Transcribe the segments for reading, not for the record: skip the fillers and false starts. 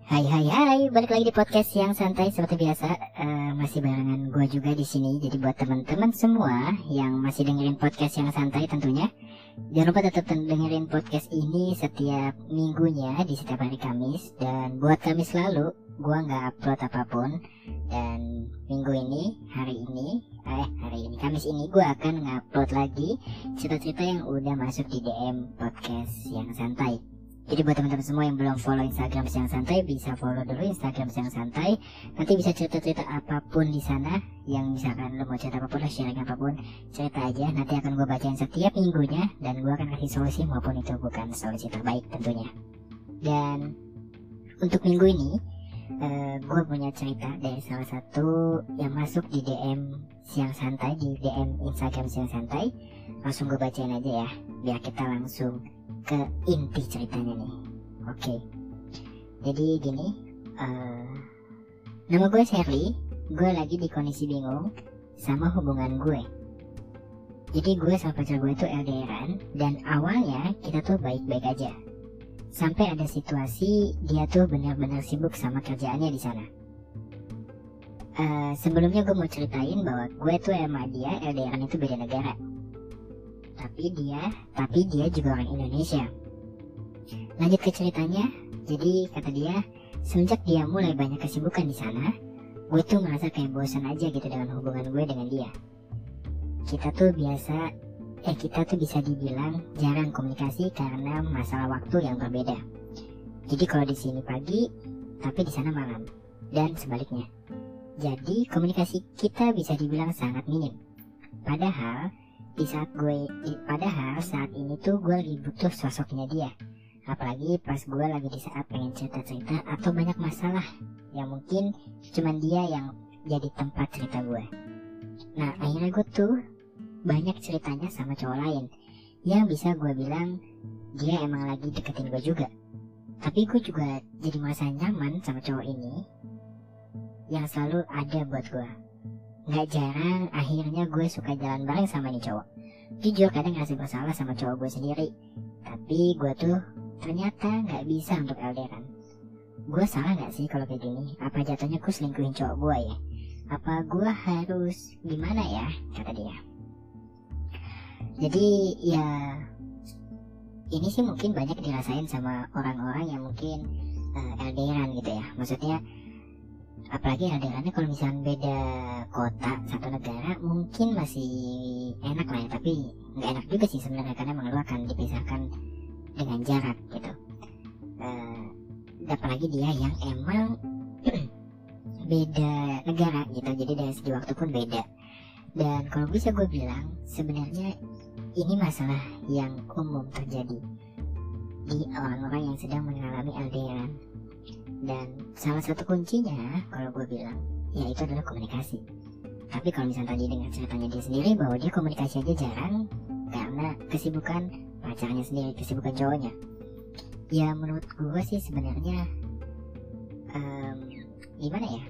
Hai, balik lagi di podcast yang santai seperti biasa. Masih barengan gue juga di sini. Jadi buat teman-teman semua yang masih dengerin podcast yang santai tentunya, jangan lupa tetap dengerin podcast ini setiap minggunya di setiap hari Kamis. Dan buat Kamis lalu, gue nggak upload apapun. Dan minggu ini, hari ini Kamis ini gue akan ngupload lagi cerita-cerita yang udah masuk di DM podcast yang santai. Jadi buat teman-teman semua yang belum follow Instagram Siang Santai, bisa follow dulu Instagram Siang Santai. Nanti bisa cerita-cerita apapun di sana, yang misalkan lo mau cerita apapun, sharing apapun, cerita aja. Nanti akan gue bacain setiap minggunya, dan gue akan kasih solusi maupun itu bukan solusi terbaik tentunya. Dan untuk minggu ini, gue punya cerita dari salah satu yang masuk di DM Siang Santai, di DM Instagram Siang Santai. Langsung gue bacain aja ya, biar kita langsung ke inti ceritanya nih. Oke. Jadi gini, nama gue Sherly. Gue lagi di kondisi bingung sama hubungan gue. Jadi gue sama pacar gue itu LDRan, dan awalnya kita tuh baik-baik aja. Sampai ada situasi dia tuh benar-benar sibuk sama kerjaannya di sana. Sebelumnya gue mau ceritain bahwa gue tuh sama dia LDRan itu beda negara. Tapi dia juga orang Indonesia. Lanjut ke ceritanya. Jadi kata dia, semenjak dia mulai banyak kesibukan di sana, gue tuh merasa kayak bosan aja gitu dengan hubungan gue dengan dia. Kita tuh bisa dibilang jarang komunikasi karena masalah waktu yang berbeda. Jadi kalau di sini pagi, tapi di sana malam, dan sebaliknya. Jadi komunikasi kita bisa dibilang sangat minim. Padahal saat ini tuh gue lagi butuh sosoknya dia. Apalagi pas gue lagi di saat pengen cerita-cerita atau banyak masalah yang mungkin cuman dia yang jadi tempat cerita gue. Nah akhirnya gue tuh banyak ceritanya sama cowok lain yang bisa gue bilang dia emang lagi deketin gue juga. Tapi gue juga jadi merasa nyaman sama cowok ini yang selalu ada buat gue. Gak jarang akhirnya gue suka jalan bareng sama nih cowok. Jujur kadang ngerasa bersalah sama cowok gue sendiri, tapi gue tuh ternyata gak bisa untuk LDRan. Gue salah gak sih kalau kayak gini? Apa jatuhnya gue selingkuhin cowok gue ya? Apa gue harus gimana ya? Kata dia. Jadi ya ini sih mungkin banyak dirasain sama orang-orang yang mungkin LDRan gitu ya. Maksudnya apalagi LDRannya kalau misalnya beda kota, satu negara, mungkin masih enak lah ya. Tapi nggak enak juga sih sebenarnya, karena emang lu akan dipisahkan dengan jarak gitu. Apalagi dia yang emang beda negara gitu, jadi dari segi waktu pun beda. Dan kalau bisa gue bilang sebenarnya ini masalah yang umum terjadi di orang-orang yang sedang mengalami LDRan. Dan salah satu kuncinya kalau gue bilang ya itu adalah komunikasi. Tapi kalau misalnya tadi dengar ceritanya dia sendiri bahwa dia komunikasi aja jarang karena kesibukan pacarnya sendiri, kesibukan cowoknya. Ya menurut gue sih sebenarnya gimana ya?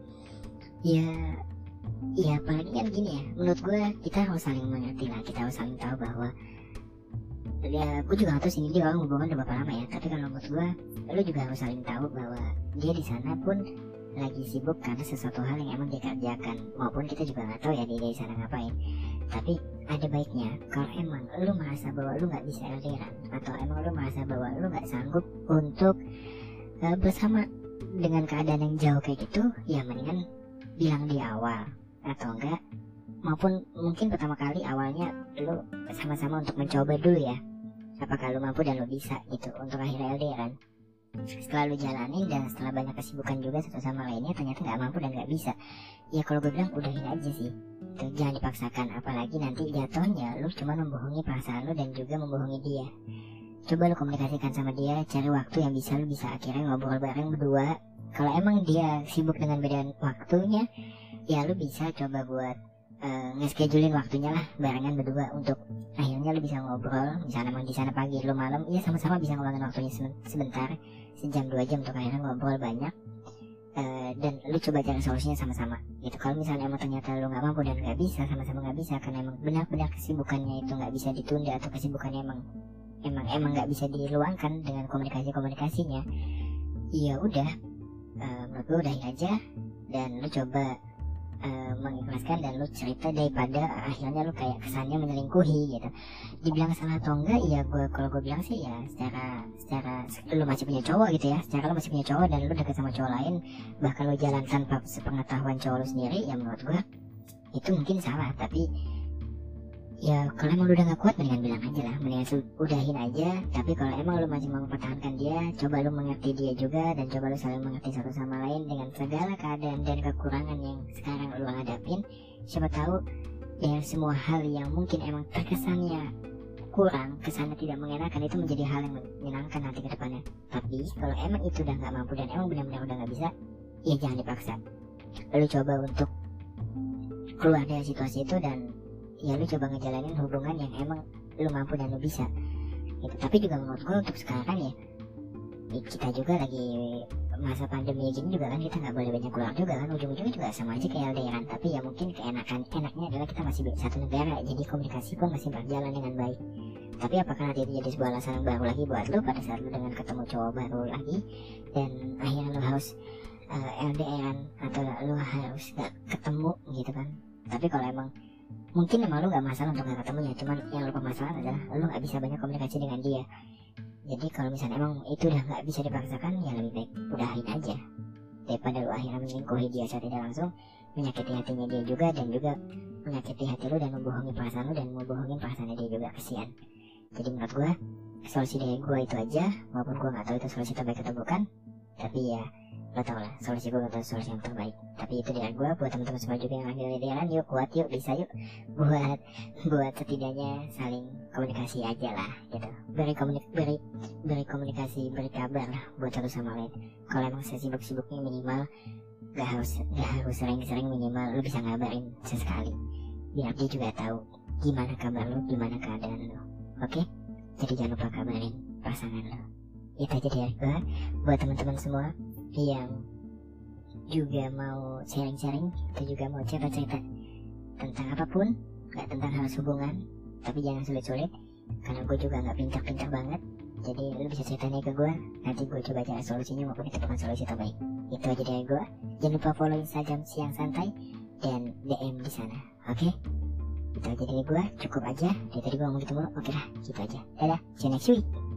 Ya apalagi kan gini ya, menurut gue kita harus saling mengerti lah, kita harus saling tahu bahwa ya gue juga gak tahu sih ini dia orang hubungan udah berapa lama ya. Tapi kalau menurut gue, lu juga harus saling tahu bahwa dia di sana pun lagi sibuk karena sesuatu hal yang emang dia kerjakan, maupun kita juga gak tahu ya dia di sana ngapain. Tapi ada baiknya kalau emang lu merasa bahwa lu gak bisa LDRan, atau emang lu merasa bahwa lu gak sanggup untuk bersama dengan keadaan yang jauh kayak gitu, ya mendingan bilang di awal. Atau enggak, maupun mungkin pertama kali awalnya lu sama-sama untuk mencoba dulu ya, apakah lu mampu dan lu bisa gitu untuk akhirnya LDRan. Setelah lu jalanin dan setelah banyak kesibukan juga satu sama lainnya ternyata gak mampu dan gak bisa, ya kalau gue bilang udahin aja sih itu, jangan dipaksakan. Apalagi nanti jatuhnya lu cuma membohongi perasaan lu dan juga membohongi dia. Coba lu komunikasikan sama dia, cari waktu yang bisa lu bisa akhirnya ngobrol bareng berdua. Kalau emang dia sibuk dengan beda waktunya, ya lu bisa coba buat nge-schedulein waktunya lah barengan berdua untuk akhirnya lu bisa ngobrol. Misalnya emang di sana pagi, lu malam, ya sama-sama bisa ngeluangin waktunya sebentar, sejam 2 jam untuk akhirnya ngobrol banyak. Dan lu coba cari solusinya sama-sama gitu. Kalau misalnya emang ternyata lu nggak mampu dan nggak bisa, sama-sama nggak bisa karena emang benar-benar kesibukannya itu nggak bisa ditunda, atau kesibukannya emang nggak bisa diluangkan dengan komunikasinya, ya udah menurut gue udahin aja dan lu coba mengikhlaskan dan lu cerita daripada akhirnya lu kayak kesannya menyelingkuhi gitu. Dibilang salah atau enggak ya kalau gue bilang sih ya secara lu masih punya cowok gitu ya, secara lu masih punya cowok dan lu deket sama cowok lain, bahkan lu jalan tanpa sepengetahuan cowok lu sendiri, ya menurut gue itu mungkin salah. Tapi ya kalau emang lu udah gak kuat mendingan bilang aja lah, mendingan udahin aja. Tapi kalau emang lu masih mau mempertahankan dia, coba lu mengerti dia juga dan coba lu saling mengerti satu sama lain dengan segala keadaan dan kekurangan yang sekarang lu hadapin. Siapa tahu ya semua hal yang mungkin emang terkesannya kurang, kesannya tidak mengenakan, itu menjadi hal yang menyenangkan nanti ke depannya. Tapi kalau emang itu udah gak mampu dan emang benar-benar udah gak bisa, ya jangan dipaksa. Lu coba untuk keluar dari situasi itu dan ya lu coba ngejalanin hubungan yang emang lu mampu dan lu bisa gitu. Tapi juga menurut gue untuk sekarang ya kita juga lagi masa pandemi gini juga kan, kita nggak boleh banyak keluar juga kan, ujung-ujungnya juga sama aja kayak LDRan. Tapi ya mungkin enaknya adalah kita masih satu negara, jadi komunikasi pun masih berjalan dengan baik. Tapi apakah nanti itu jadi sebuah alasan baru lagi buat lu pada saat lu dengan ketemu cowok baru lagi dan akhirnya lu harus LDRan atau lu harus gak ketemu gitu kan. Tapi kalau emang mungkin emang lu gak masalah untuk gak ketemu ya, cuman yang lu permasalahan adalah lu gak bisa banyak komunikasi dengan dia. Jadi kalau misalnya emang itu udah gak bisa dipaksakan, ya lebih baik udahin aja daripada lu akhirnya menyingkuhi dia secara tidak langsung, menyakiti hatinya dia juga dan juga menyakiti hati lu dan membohongi perasaan lu dan membohongin perasaan dia juga, kesian. Jadi menurut gue solusi dari gue itu aja, walaupun gue gak tahu itu solusi terbaik atau bukan, tapi ya lo tau lah solusi gue gak tahu solusi yang terbaik. Tapi itu dari gue buat teman-teman semua juga yang lagi LDRan, yuk kuat yuk, bisa yuk, buat setidaknya saling komunikasi aja lah gitu, beri komunikasi, beri kabar lah buat satu sama lain. Kalau emang sesibuk-sibuknya minimal gak harus sering-sering, minimal lu bisa ngabarin sesekali biar dia juga tahu gimana kabar lu, gimana keadaan lu. Oke? Jadi jangan lupa kabarin pasangan lu. Itu aja dari gue buat teman-teman semua yang juga mau sharing-sharing atau juga mau cerita-cerita tentang apapun, gak tentang hal hubungan, tapi jangan sulit-sulit karena gue juga gak pintar-pintar banget. Jadi lu bisa ceritain ke gue, nanti gue coba cari solusinya maupun itu bukan solusi terbaik. Itu aja dari gue. Jangan lupa follow Instagram Siang Santai dan DM di sana. Oke? Itu aja dari gue, cukup aja. Dari tadi gue ngomong gitu mulu. Oke lah, gitu aja. Dadah, see you next week.